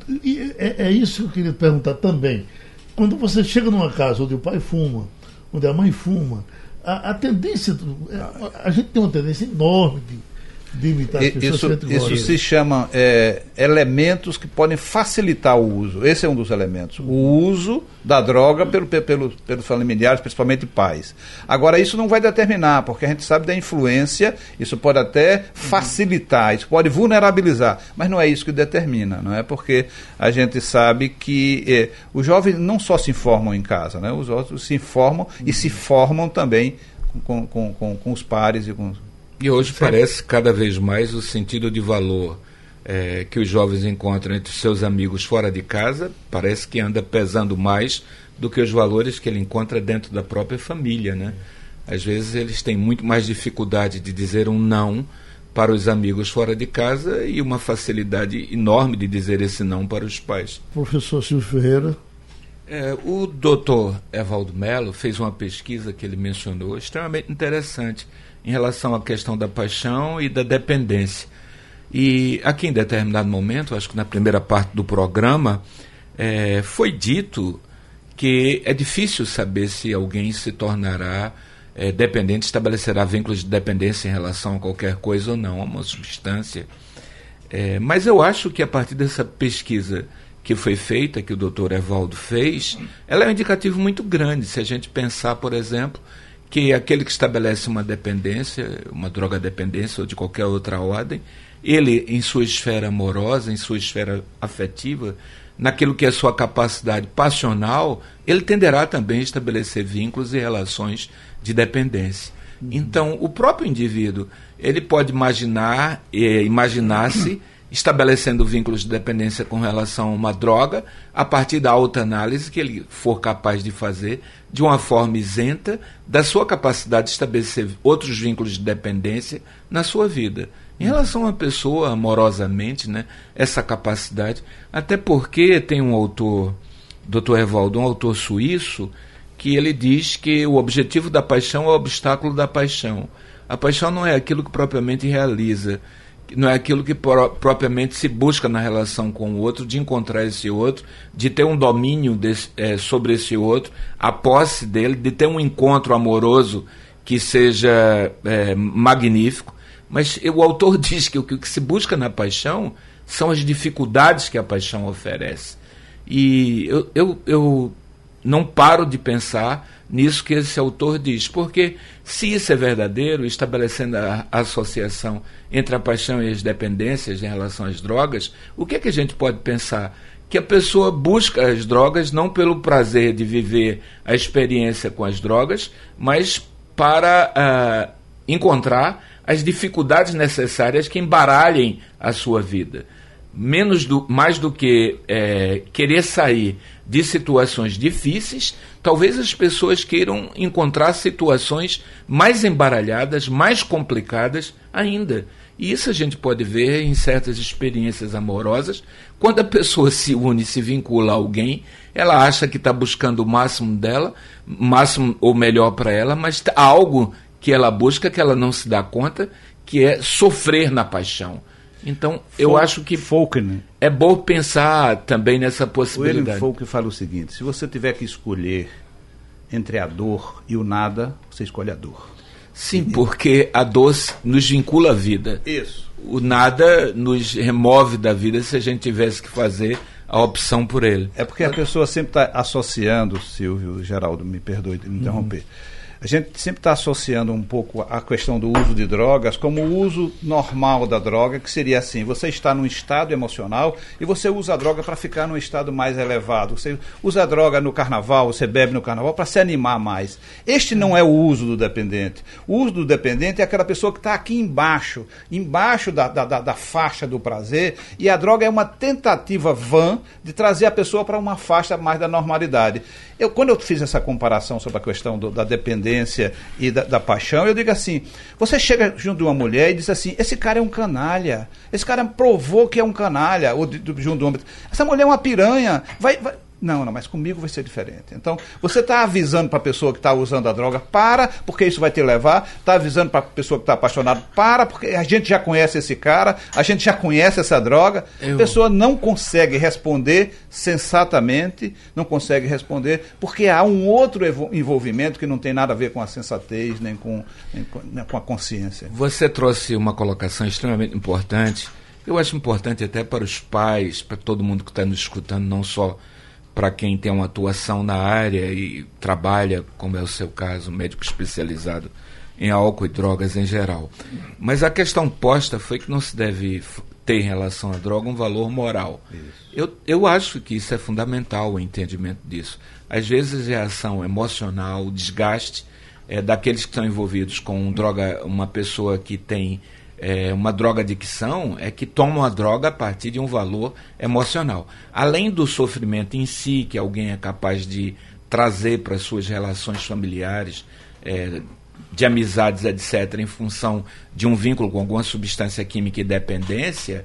E é, é isso que eu queria perguntar também. Quando você chega numa casa onde o pai fuma, onde a mãe fuma, a, a tendência, a, a gente tem uma tendência enorme de, de imitar as pessoas. Isso, isso se chama é, elementos que podem facilitar o uso. Esse é um dos elementos. O uso da droga pelo, pelo, pelos familiares, principalmente pais. Agora, isso não vai determinar, porque a gente sabe da influência, isso pode até facilitar, isso pode vulnerabilizar, mas não é isso que determina, não é? Porque a gente sabe que é, os jovens não só se informam em casa, né? Os outros se informam e se formam também com, com, com, com os pares e com... E hoje parece cada vez mais o sentido de valor é, que os jovens encontram entre os seus amigos fora de casa, parece que anda pesando mais do que os valores que ele encontra dentro da própria família, né? Às vezes eles têm muito mais dificuldade de dizer um não para os amigos fora de casa e uma facilidade enorme de dizer esse não para os pais. Professor Silvio Ferreira. É, o doutor Evaldo Mello fez uma pesquisa que ele mencionou, extremamente interessante, em relação à questão da paixão e da dependência. E aqui em determinado momento, acho que na primeira parte do programa, é, foi dito que é difícil saber se alguém se tornará é, dependente, estabelecerá vínculos de dependência em relação a qualquer coisa ou não, a uma substância. É, mas eu acho que a partir dessa pesquisa que foi feita, que o doutor Evaldo fez, ela é um indicativo muito grande. Se a gente pensar, por exemplo, que aquele que estabelece uma dependência, uma droga-dependência ou de qualquer outra ordem, ele, em sua esfera amorosa, em sua esfera afetiva, naquilo que é sua capacidade passional, ele tenderá também a estabelecer vínculos e relações de dependência. Uhum. Então, o próprio indivíduo, ele pode imaginar, eh, imaginar-se estabelecendo vínculos de dependência com relação a uma droga, a partir da autoanálise que ele for capaz de fazer, de uma forma isenta da sua capacidade de estabelecer outros vínculos de dependência na sua vida. Em relação a uma pessoa, amorosamente, né, essa capacidade, até porque tem um autor, doutor Evaldo, um autor suíço, que ele diz que o objetivo da paixão é o obstáculo da paixão. A paixão não é aquilo que propriamente realiza, não é aquilo que pro, propriamente se busca na relação com o outro, de encontrar esse outro, de ter um domínio desse, é, sobre esse outro, a posse dele, de ter um encontro amoroso que seja é, magnífico. Mas o autor diz que o que se busca na paixão são as dificuldades que a paixão oferece. E eu, eu, eu não paro de pensar nisso que esse autor diz, porque se isso é verdadeiro, estabelecendo a, a associação entre a paixão e as dependências em relação às drogas, o que é que a gente pode pensar? Que a pessoa busca as drogas não pelo prazer de viver a experiência com as drogas, mas para uh, encontrar as dificuldades necessárias que embaralhem a sua vida. Menos do, mais do que é, querer sair de situações difíceis, talvez as pessoas queiram encontrar situações mais embaralhadas, mais complicadas ainda. E isso a gente pode ver em certas experiências amorosas. Quando a pessoa se une, se vincula a alguém, ela acha que está buscando o máximo dela, máximo ou melhor para ela, mas há algo que ela busca que ela não se dá conta, que é sofrer na paixão. Então, eu Folk, acho que Faulkner. É bom pensar também nessa possibilidade. O William Faulkner fala o seguinte: se você tiver que escolher entre a dor e o nada, você escolhe a dor. Sim, porque a dor nos vincula à vida. Isso. O nada nos remove da vida se a gente tivesse que fazer a opção por ele. É porque a pessoa sempre está associando, Silvio, Geraldo, me perdoe de me interromper, uhum. A gente sempre está associando um pouco a questão do uso de drogas como o uso normal da droga, que seria assim: você está num estado emocional e você usa a droga para ficar num estado mais elevado. Você usa a droga no carnaval, você bebe no carnaval para se animar mais. Este não é o uso do dependente. O uso do dependente é aquela pessoa que está aqui embaixo, embaixo da, da, da, da faixa do prazer, e a droga é uma tentativa vã de trazer a pessoa para uma faixa mais da normalidade. Eu, quando eu fiz essa comparação sobre a questão do, da dependência e da, da paixão, eu digo assim: você chega junto de uma mulher e diz assim, esse cara é um canalha, esse cara provou que é um canalha, ou de, de, junto de um homem, essa mulher é uma piranha, vai... vai... Não, não, mas comigo vai ser diferente. Então, você está avisando para a pessoa que está usando a droga, para, porque isso vai te levar. Está avisando para a pessoa que está apaixonada, para, porque a gente já conhece esse cara, a gente já conhece essa droga. Eu... A pessoa não consegue responder sensatamente, não consegue responder, porque há um outro envolvimento que não tem nada a ver com a sensatez, nem com, nem com, nem com a consciência. Você trouxe uma colocação extremamente importante. Eu acho importante até para os pais, para todo mundo que está nos escutando, não só para quem tem uma atuação na área e trabalha, como é o seu caso, médico especializado em álcool e drogas em geral. Mas a questão posta foi que não se deve ter em relação à droga um valor moral. Eu, eu acho que isso é fundamental, o entendimento disso. Às vezes a reação emocional, o desgaste é, daqueles que estão envolvidos com droga, uma pessoa que tem É, uma droga-adicção é que tomam a droga a partir de um valor emocional. Além do sofrimento em si, que alguém é capaz de trazer para as suas relações familiares, é, de amizades, etcétera, em função de um vínculo com alguma substância química e dependência,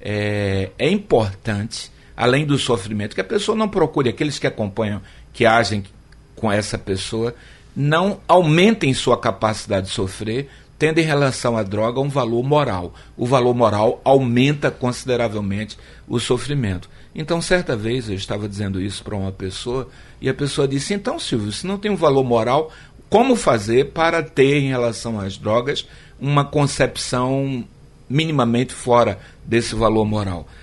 é, é importante, além do sofrimento, que a pessoa não procure, aqueles que acompanham, que agem com essa pessoa, não aumentem sua capacidade de sofrer, tendo em relação à droga um valor moral. O valor moral aumenta consideravelmente o sofrimento. Então, certa vez, eu estava dizendo isso para uma pessoa, e a pessoa disse: então, Silvio, se não tem um valor moral, como fazer para ter, em relação às drogas, uma concepção minimamente fora desse valor moral?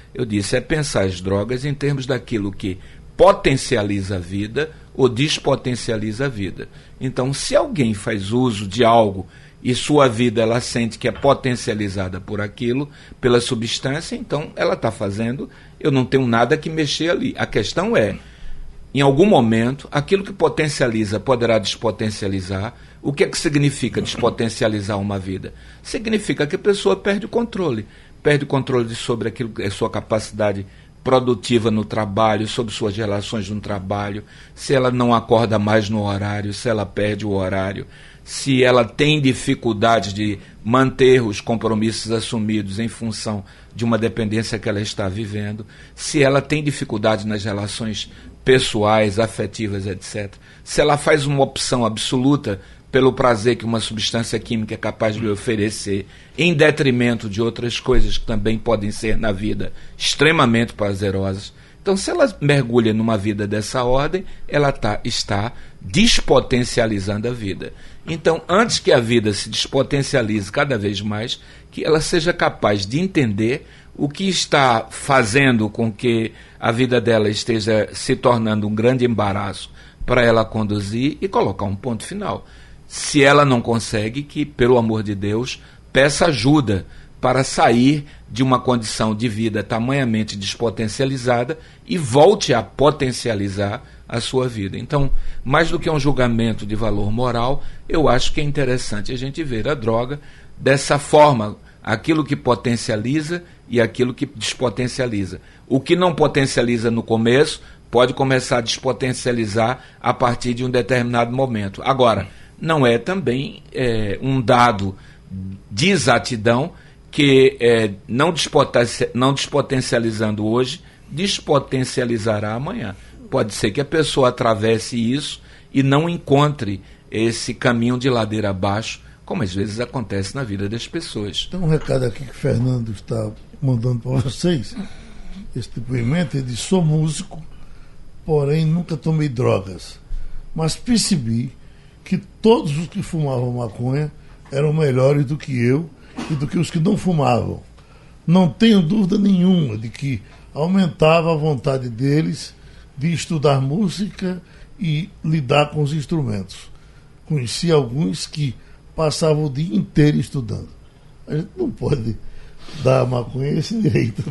Eu disse, é pensar as drogas em termos daquilo que potencializa a vida ou despotencializa a vida. Então, se alguém faz uso de algo e sua vida ela sente que é potencializada por aquilo, pela substância, então ela está fazendo, eu não tenho nada que mexer ali. A questão é, em algum momento, aquilo que potencializa poderá despotencializar. O que é que significa despotencializar uma vida? Significa que a pessoa perde o controle. Perde o controle sobre aquilo que é sua capacidade produtiva no trabalho, sobre suas relações no trabalho, se ela não acorda mais no horário, se ela perde o horário, se ela tem dificuldade de manter os compromissos assumidos em função de uma dependência que ela está vivendo, se ela tem dificuldade nas relações pessoais, afetivas, etcétera. Se ela faz uma opção absoluta pelo prazer que uma substância química é capaz de lhe oferecer, em detrimento de outras coisas que também podem ser na vida extremamente prazerosas. Então, se ela mergulha numa vida dessa ordem, ela tá, está despotencializando a vida. Então, antes que a vida se despotencialize cada vez mais, que ela seja capaz de entender o que está fazendo com que a vida dela esteja se tornando um grande embaraço para ela conduzir e colocar um ponto final. Se ela não consegue, que, pelo amor de Deus, peça ajuda para sair de uma condição de vida tamanhamente despotencializada e volte a potencializar a sua vida. Então, mais do que um julgamento de valor moral, eu acho que é interessante a gente ver a droga dessa forma, aquilo que potencializa e aquilo que despotencializa. O que não potencializa no começo pode começar a despotencializar a partir de um determinado momento. Agora, não é também é, um dado de exatidão que é, não, despotenci- não despotencializando hoje, despotencializará amanhã. Pode ser que a pessoa atravesse isso e não encontre esse caminho de ladeira abaixo, como às vezes acontece na vida das pessoas. Tem um recado aqui que o Fernando está mandando para vocês. Esse depoimento, ele diz, sou músico, porém nunca tomei drogas, mas percebi que todos os que fumavam maconha eram melhores do que eu e do que os que não fumavam. Não tenho dúvida nenhuma de que aumentava a vontade deles de estudar música e lidar com os instrumentos. Conheci alguns que passavam o dia inteiro estudando. A gente não pode dar a maconha esse direito.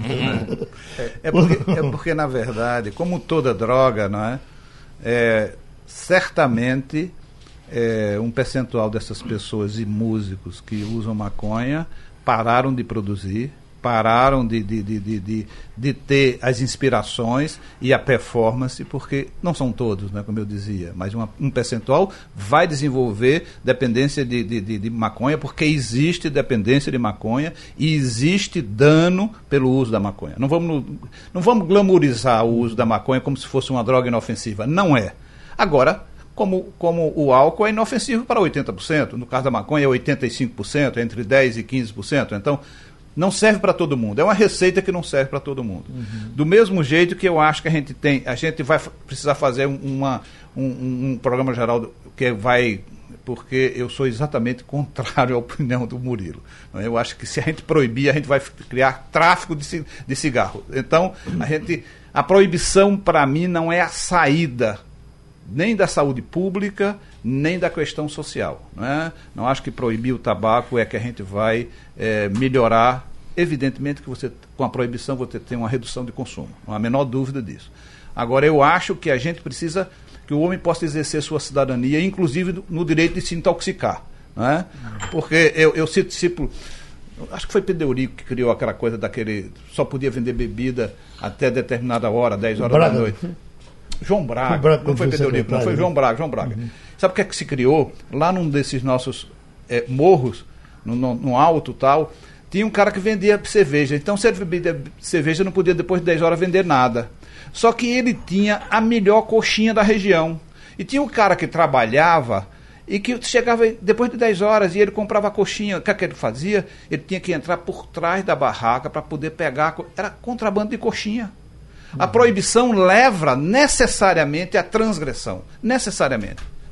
É, é, porque, é porque, na verdade, como toda droga, não é? É certamente... É, um percentual dessas pessoas e músicos que usam maconha pararam de produzir, pararam de, de, de, de, de, de ter as inspirações e a performance, porque não são todos, né, como eu dizia, mas uma, um percentual vai desenvolver dependência de, de, de, de maconha, porque existe dependência de maconha e existe dano pelo uso da maconha. Não vamos, não vamos glamourizar o uso da maconha como se fosse uma droga inofensiva. Não é. Agora, Como, como o álcool é inofensivo para oitenta por cento, no caso da maconha é oitenta e cinco por cento, entre dez por cento e quinze por cento, então não serve para todo mundo, é uma receita que não serve para todo mundo. Uhum. Do mesmo jeito que eu acho que a gente tem, a gente vai precisar fazer uma, um, um programa geral que vai, porque eu sou exatamente contrário à opinião do Murilo. Eu acho que se a gente proibir, a gente vai criar tráfico de, de cigarro. Então, a gente, a proibição para mim não é a saída nem da saúde pública, nem da questão social. Não é? Não acho que proibir o tabaco é que a gente vai é, melhorar. Evidentemente que você, com a proibição você tem uma redução de consumo, não há a menor dúvida disso. Agora, eu acho que a gente precisa que o homem possa exercer sua cidadania, inclusive no direito de se intoxicar. Não é? Porque eu, eu cito, cito, acho que foi Pedro Eurico que criou aquela coisa daquele, só podia vender bebida até determinada hora, dez horas Braga. da noite. João Braga, Braga não foi Pedro Eurico, não foi João Braga, João Braga. Uhum. Sabe o que é que se criou? Lá num desses nossos é, morros, no, no, no alto tal, tinha um cara que vendia cerveja. Então, se ele bebia cerveja, não podia depois de dez horas vender nada. Só que ele tinha a melhor coxinha da região. E tinha um cara que trabalhava e que chegava depois de dez horas e ele comprava a coxinha. O que é que ele fazia? Ele tinha que entrar por trás da barraca para poder pegar. A co... Era contrabando de coxinha. A proibição leva necessariamente à transgressão. Necessariamente.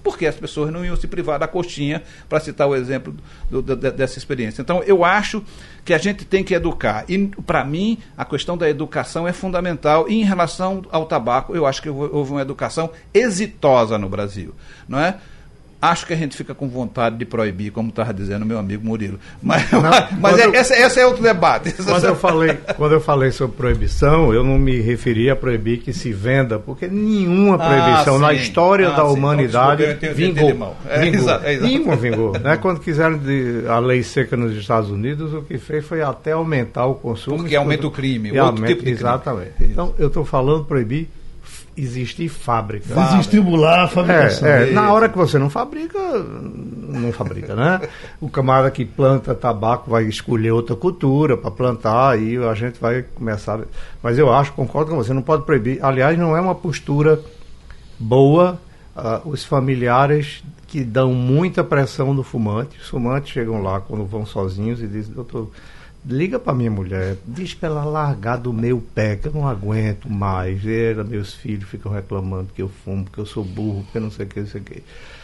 porque as pessoas não iam se privar da coxinha, para citar o exemplo do, do, dessa experiência. Então, eu acho que a gente tem que educar. E, para mim, a questão da educação é fundamental. E, em relação ao tabaco, eu acho que houve uma educação exitosa no Brasil, não é? Acho que a gente fica com vontade de proibir, como estava dizendo meu amigo Murilo. Mas, não, mas é, eu, esse, esse é outro debate. Quando eu, falei, quando eu falei sobre proibição, eu não me referi a proibir que se venda, porque nenhuma proibição ah, na história ah, da sim, humanidade então, vingou. É, vingou. Exato, é, nenhuma vingou. Né? Quando quiseram de, a lei seca nos Estados Unidos, o que fez foi até aumentar o consumo. Porque aumenta o crime, outro aumenta, tipo de crime. Exatamente. Então, eu estou falando proibir existir fábrica. Desestimular a fabricação. É, é, na hora que você não fabrica, não fabrica, né? O camarada que planta tabaco vai escolher outra cultura para plantar e a gente vai começar. Mas eu acho, concordo com você, não pode proibir. Aliás, não é uma postura boa uh, os familiares que dão muita pressão no fumante. Os fumantes chegam lá quando vão sozinhos e dizem, doutor, liga para minha mulher, diz para ela largar do meu pé, que eu não aguento mais. Ela, meus filhos ficam reclamando que eu fumo, que eu sou burro, que eu não sei o que, não sei o que.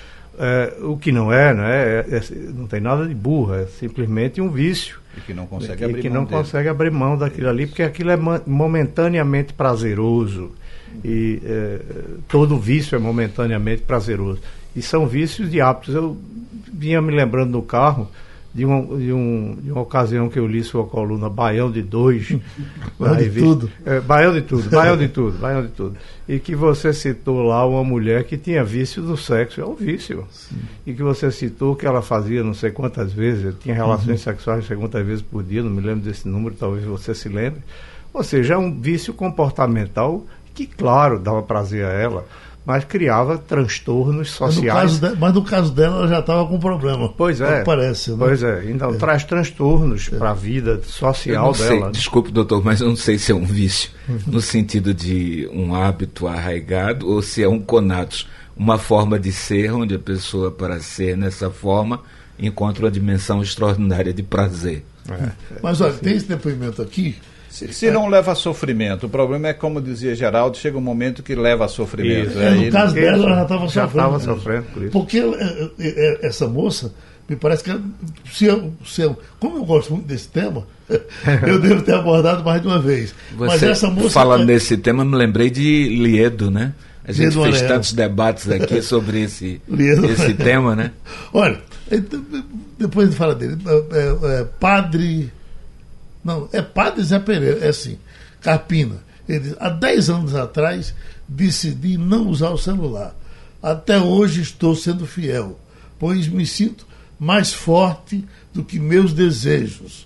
É, o que não é, né? É, é, não tem nada de burro, é simplesmente um vício. E que não consegue e abrir que mão não dele. consegue abrir mão daquilo ali, porque aquilo é momentaneamente prazeroso. E é, todo vício é momentaneamente prazeroso. E são vícios de hábitos. Eu vinha me lembrando no carro De, um, de, um, de uma ocasião que eu li sua coluna Baião de Dois. Baião de tudo. É, Baião de tudo, Baião de tudo, Baião de tudo. E que você citou lá uma mulher que tinha vício do sexo, é um vício. Sim. E que você citou que ela fazia não sei quantas vezes, tinha relações uhum. sexuais não sei quantas vezes por dia, não me lembro desse número, talvez você se lembre. Ou seja, é um vício comportamental que, claro, dava prazer a ela, mas criava transtornos sociais. Mas no caso, de, mas no caso dela, ela já estava com problema. Pois é. Parece, né? Pois é. Então, é. traz transtornos é. para a vida social dela. Sei, desculpe, doutor, mas eu não sei se é um vício uhum. no sentido de um hábito arraigado ou se é um conatus, uma forma de ser, onde a pessoa, para ser nessa forma, encontra uma dimensão extraordinária de prazer. É. Mas, olha, tem esse depoimento aqui. Se, se não leva a sofrimento, o problema é, como dizia Geraldo, chega um momento que leva a sofrimento. Isso, é, no caso dela, ela já estava já sofrendo. sofrendo por isso. Porque é, é, essa moça, me parece que, se eu, se eu, como eu gosto muito desse tema, eu devo ter abordado mais de uma vez. Você, mas essa moça, falando é, desse tema, me lembrei de Liedo, né? A gente Liedo fez Areia. tantos debates aqui sobre esse, esse tema, né? Olha, depois a gente fala dele. É, é, padre... Não, é Padre Zé Pereira, é assim, Carpina. Ele diz, há dez anos atrás decidi não usar o celular. Até hoje estou sendo fiel, pois me sinto mais forte do que meus desejos.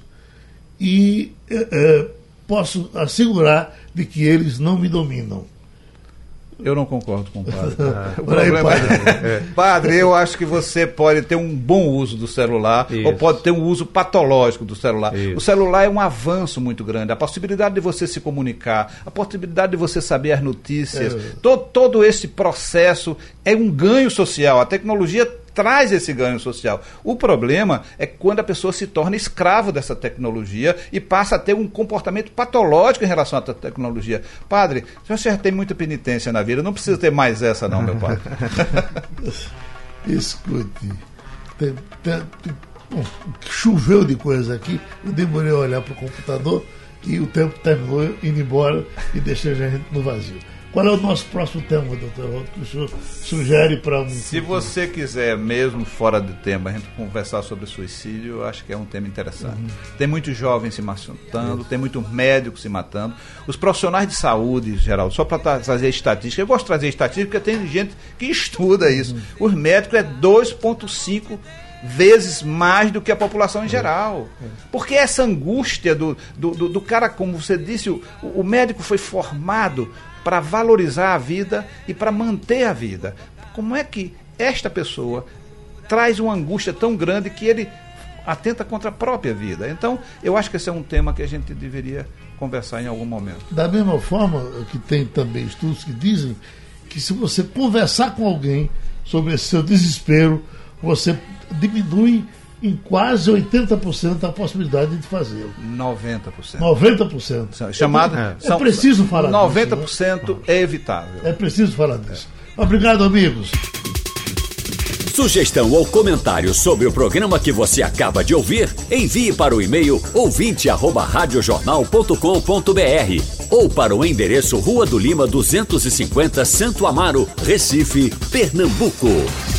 E é, é, posso assegurar de que eles não me dominam. Eu não concordo com o padre. Ah, o problema aí, padre. É, padre, eu acho que você pode ter um bom uso do celular. Isso. Ou pode ter um uso patológico do celular. Isso. O celular é um avanço muito grande. A possibilidade de você se comunicar, a possibilidade de você saber as notícias, é. todo, todo esse processo é um ganho social. A tecnologia traz esse ganho social. O problema é quando a pessoa se torna escravo dessa tecnologia e passa a ter um comportamento patológico em relação à tecnologia. Padre, você já tem muita penitência na vida, não precisa ter mais essa não, meu padre. Escute, tem, tem, tem, bom, choveu de coisa aqui, eu demorei a olhar para o computador e o tempo terminou indo embora e deixei a gente no vazio. Qual é o nosso próximo tema, doutor Rodo, que o senhor sugere para um... Se você quiser, mesmo fora do tema, a gente conversar sobre suicídio, eu acho que é um tema interessante. Uhum. Tem muitos jovens se matando, tem muitos médicos se matando. Os profissionais de saúde, Geraldo, só para trazer estatística, eu gosto de trazer estatística porque tem gente que estuda isso. Uhum. Os médicos é dois vírgula cinco vezes mais do que a população em geral. Porque essa angústia do, do, do, do cara, como você disse, o, o médico foi formado para valorizar a vida e para manter a vida. Como é que esta pessoa traz uma angústia tão grande que ele atenta contra a própria vida? Então, eu acho que esse é um tema que a gente deveria conversar em algum momento. Da mesma forma que tem também estudos que dizem que se você conversar com alguém sobre esse seu desespero, você diminui em quase oitenta por cento a possibilidade de fazê-lo. noventa por cento. noventa por cento. Chamada, é, é preciso falar noventa por cento disso. Né? É evitável. É preciso falar disso. Obrigado, amigos. Sugestão ou comentário sobre o programa que você acaba de ouvir, envie para o e-mail ouvinte arroba radiojornal ponto com ponto br ou para o endereço Rua do Lima duzentos e cinquenta, Santo Amaro, Recife, Pernambuco.